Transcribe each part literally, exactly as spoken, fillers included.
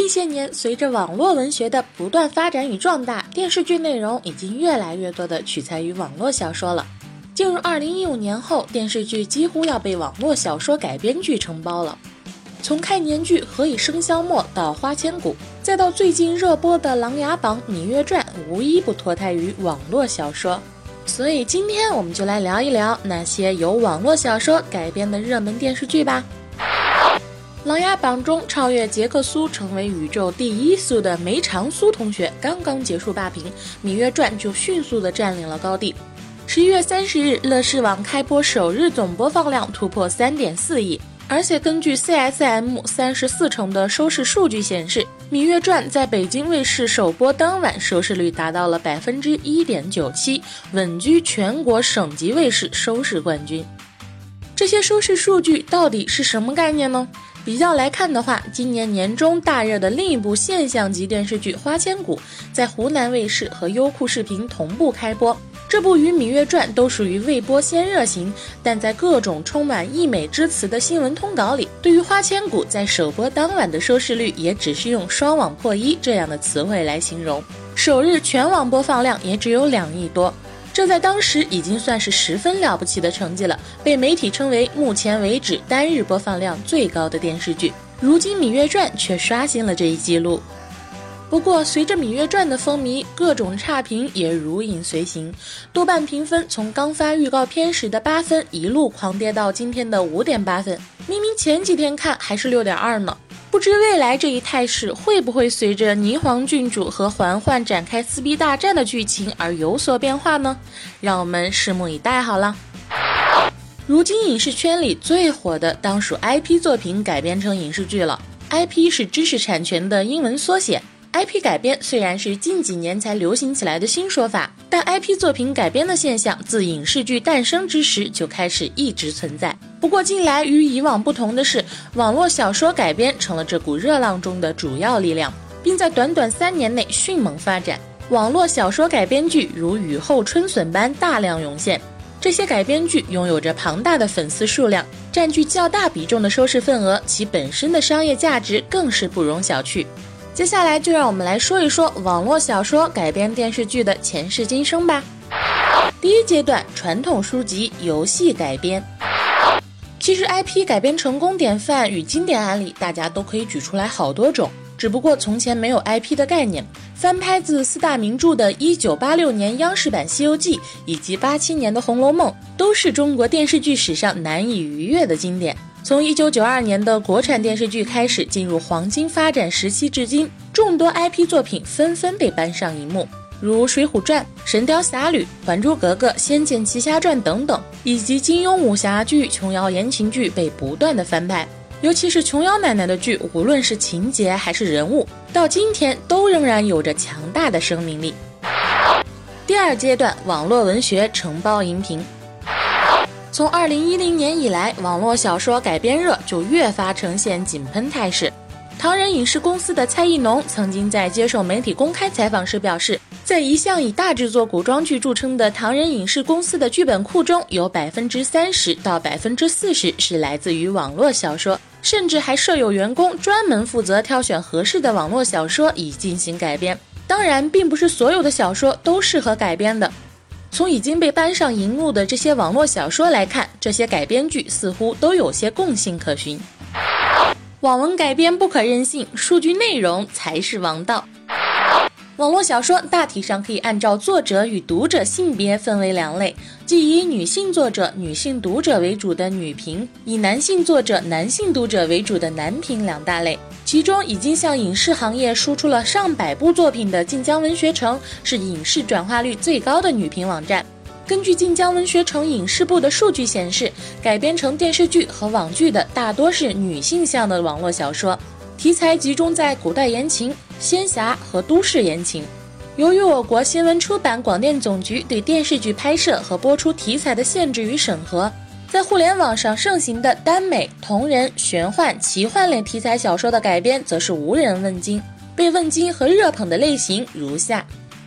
近些年，随着网络文学的不断发展与壮大，电视剧内容已经越来越多的取材于网络小说了。进入二零一五年后，电视剧几乎要被网络小说改编剧承包了。从开年剧《何以笙箫默》到《花千骨》，再到最近热播的《琅琊榜》《芈月传》，无一不脱胎于网络小说。所以今天我们就来聊一聊那些由网络小说改编的热门电视剧吧。《琅琊榜》中超越杰克苏成为宇宙第一苏的梅长苏同学刚刚结束霸屏，《芈月传》就迅速地占领了高地。十一月三十日，乐视网开播首日总播放量突破 三点四亿，而且根据 C S M 三十四城的收视数据显示，《芈月传》在北京卫视首播当晚收视率达到了 百分之一点九七， 稳居全国省级卫视收视冠军。这些收视数据到底是什么概念呢？比较来看的话，今年年中大热的另一部现象级电视剧《花千骨》在湖南卫视和优酷视频同步开播。这部与《芈月传》都属于未播先热型，但在各种充满溢美之词的新闻通稿里，对于《花千骨》在首播当晚的收视率也只是用双网破一这样的词汇来形容，首日全网播放量也只有两亿多。这在当时已经算是十分了不起的成绩了，被媒体称为目前为止单日播放量最高的电视剧。如今《芈月传》却刷新了这一记录。不过随着《芈月传》的风靡，各种差评也如影随形。豆瓣评分从刚发预告片时的八分一路狂跌到今天的 五点八分，明明前几天看还是 六点二 呢。不知未来这一态势会不会随着霓凰郡主和嬛嬛展开撕逼大战的剧情而有所变化呢？让我们拭目以待好了。如今影视圈里最火的当属 I P 作品改编成影视剧了。 I P 是知识产权的英文缩写， I P 改编虽然是近几年才流行起来的新说法，但 I P 作品改编的现象自影视剧诞生之时就开始一直存在。不过近来与以往不同的是，网络小说改编成了这股热浪中的主要力量，并在短短三年内迅猛发展。网络小说改编剧如雨后春笋般大量涌现，这些改编剧拥有着庞大的粉丝数量，占据较大比重的收视份额，其本身的商业价值更是不容小觑。接下来就让我们来说一说网络小说改编电视剧的前世今生吧。第一阶段，传统书籍游戏改编。其实 I P 改编成功典范与经典案例大家都可以举出来好多种，只不过从前没有 I P 的概念。翻拍自四大名著的一九八六年央视版《西游记》以及八七年的《红楼梦》都是中国电视剧史上难以逾越的经典。从一九九二年的国产电视剧开始进入黄金发展时期至今，众多 I P 作品纷纷被搬上荧幕，如《水浒传》、《神雕侠侣》、《还珠格格》、《仙剑奇侠传》等等，以及金庸武侠剧、琼瑶言情剧被不断的翻拍。尤其是琼瑶奶奶的剧，无论是情节还是人物，到今天都仍然有着强大的生命力。第二阶段，网络文学承包荧屏。从二零一零年以来，网络小说改编热就越发呈现井喷态势。唐人影视公司的蔡艺农曾经在接受媒体公开采访时表示，在一向以大制作古装剧著称的唐人影视公司的剧本库中，有 百分之三十 到 百分之四十 是来自于网络小说，甚至还设有员工专门负责挑选合适的网络小说以进行改编。当然，并不是所有的小说都适合改编的。从已经被搬上荧幕的这些网络小说来看，这些改编剧似乎都有些共性可循。网文改编不可任性，数据内容才是王道。网络小说大体上可以按照作者与读者性别分为两类，即以女性作者、女性读者为主的女频，以男性作者、男性读者为主的男频两大类。其中已经向影视行业输出了上百部作品的晋江文学城是影视转化率最高的女频网站。根据晋江文学城影视部的数据显示，改编成电视剧和网剧的大多是女性向的网络小说，题材集中在古代言情、仙侠和都市言情。由于我国新闻出版广电总局对电视剧拍摄和播出题材的限制与审核，在互联网上盛行的耽美、同人、玄幻、奇幻类题材小说的改编则是无人问津。被问津和热捧的类型如下：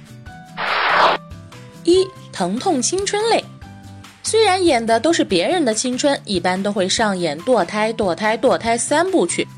一、疼痛青春类。虽然演的都是别人的青春，一般都会上演堕胎堕胎堕胎三部曲，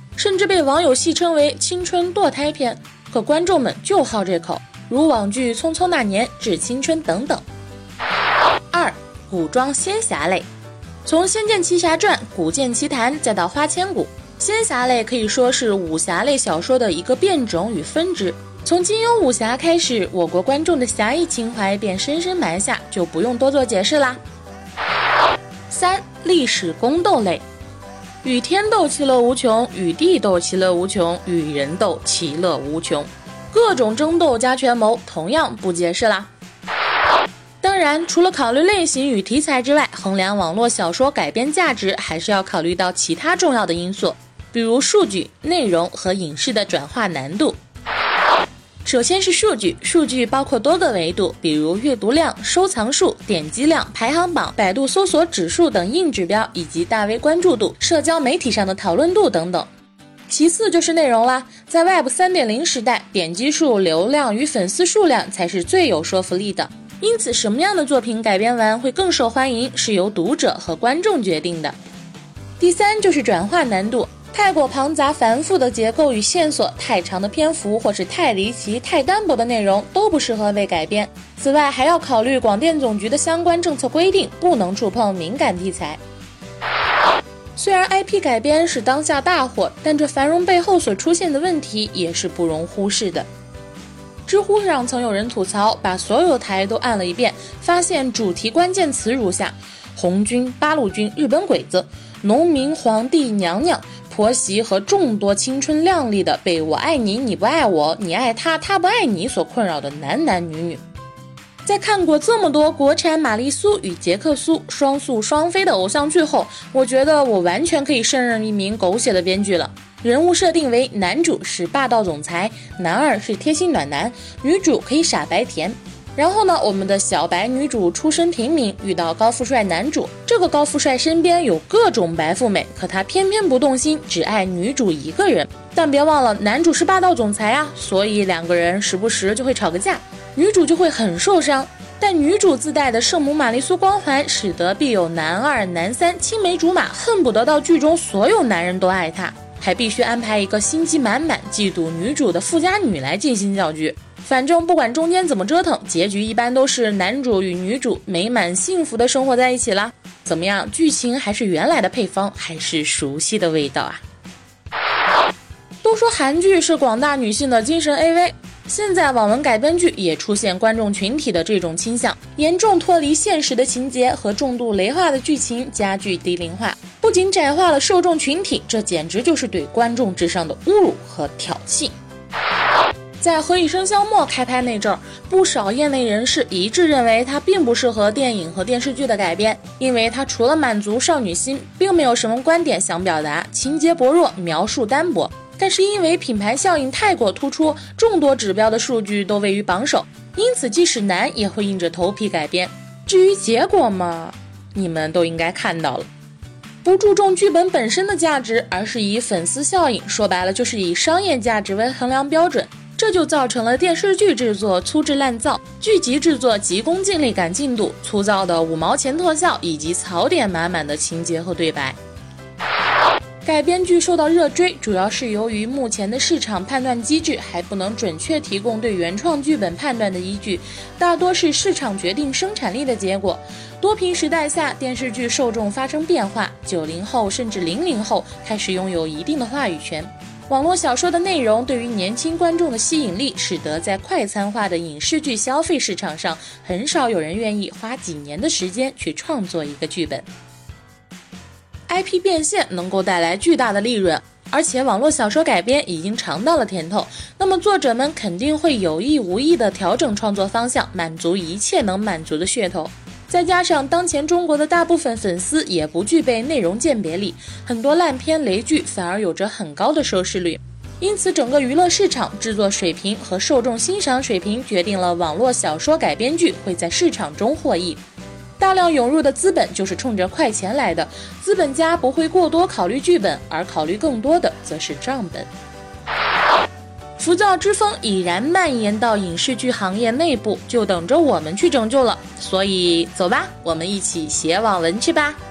甚至被网友戏称为青春堕胎片，可观众们就好这口，如网剧《匆匆那年》《致青春》等等。二、古装仙侠类。从《仙剑奇侠传》《古剑奇谭》再到《花千骨》，仙侠类可以说是武侠类小说的一个变种与分支。从金庸武侠开始，我国观众的侠义情怀便深深埋下，就不用多做解释啦。三、历史宫斗类。与天斗其乐无穷，与地斗其乐无穷，与人斗其乐无穷，各种争斗加权谋，同样不解释啦。当然，除了考虑类型与题材之外，衡量网络小说改编价值，还是要考虑到其他重要的因素，比如数据、内容和影视的转化难度。首先是数据，数据包括多个维度，比如阅读量、收藏数、点击量、排行榜、百度搜索指数等硬指标，以及大 V 关注度、社交媒体上的讨论度等等。其次就是内容啦，在 Web 三点零 时代，点击数、流量与粉丝数量才是最有说服力的。因此，什么样的作品改编完会更受欢迎，是由读者和观众决定的。第三就是转化难度，太过庞杂繁复的结构与线索，太长的篇幅，或是太离奇、太单薄的内容，都不适合被改编。此外，还要考虑广电总局的相关政策规定，不能触碰敏感题材。虽然 I P 改编是当下大火，但这繁荣背后所出现的问题也是不容忽视的。知乎上曾有人吐槽，把所有台都按了一遍，发现主题关键词如下：红军、八路军、日本鬼子、农民、皇帝、娘娘、婆媳和众多青春靓丽的被我爱你你不爱我，你爱他他不爱你所困扰的男男女女。在看过这么多国产玛丽苏与杰克苏双宿双飞的偶像剧后，我觉得我完全可以胜任一名狗血的编剧了。人物设定为男主是霸道总裁，男二是贴心暖男，女主可以傻白甜。然后呢，我们的小白女主出身平民，遇到高富帅男主，这个高富帅身边有各种白富美，可他偏偏不动心，只爱女主一个人。但别忘了，男主是霸道总裁啊，所以两个人时不时就会吵个架，女主就会很受伤。但女主自带的圣母玛丽苏光环，使得必有男二、男三青梅竹马，恨不得到剧中所有男人都爱她，还必须安排一个心机满满、嫉妒女主的富家女来进行搅局。反正不管中间怎么折腾，结局一般都是男主与女主美满幸福的生活在一起啦。怎么样，剧情还是原来的配方，还是熟悉的味道啊？都说韩剧是广大女性的精神 A V， 现在网文改编剧也出现观众群体的这种倾向，严重脱离现实的情节和重度雷化的剧情，加剧低龄化，不仅窄化了受众群体，这简直就是对观众智商的侮辱和挑衅。在《何以笙箫默》开拍那阵儿，不少业内人士一致认为它并不适合电影和电视剧的改编，因为它除了满足少女心，并没有什么观点想表达，情节薄弱，描述单薄。但是因为品牌效应太过突出，众多指标的数据都位于榜首，因此即使难也会硬着头皮改编。至于结果嘛，你们都应该看到了。不注重剧本本身的价值，而是以粉丝效应，说白了就是以商业价值为衡量标准，这就造成了电视剧制作粗制滥造，剧集制作急功近利赶进度，粗糙的五毛钱特效，以及槽点满满的情节和对白。改编剧受到热追，主要是由于目前的市场判断机制还不能准确提供对原创剧本判断的依据，大多是市场决定生产力的结果。多屏时代下，电视剧受众发生变化，九零后甚至零零后开始拥有一定的话语权。网络小说的内容对于年轻观众的吸引力，使得在快餐化的影视剧消费市场上，很少有人愿意花几年的时间去创作一个剧本。I P 变现能够带来巨大的利润，而且网络小说改编已经尝到了甜头，那么作者们肯定会有意无意地调整创作方向，满足一切能满足的噱头。再加上当前中国的大部分粉丝也不具备内容鉴别力，很多烂片雷剧反而有着很高的收视率。因此整个娱乐市场制作水平和受众欣赏水平决定了网络小说改编剧会在市场中获益。大量涌入的资本就是冲着快钱来的，资本家不会过多考虑剧本，而考虑更多的则是账本。浮躁之风已然蔓延到影视剧行业内部，就等着我们去拯救了。所以走吧，我们一起写网文去吧。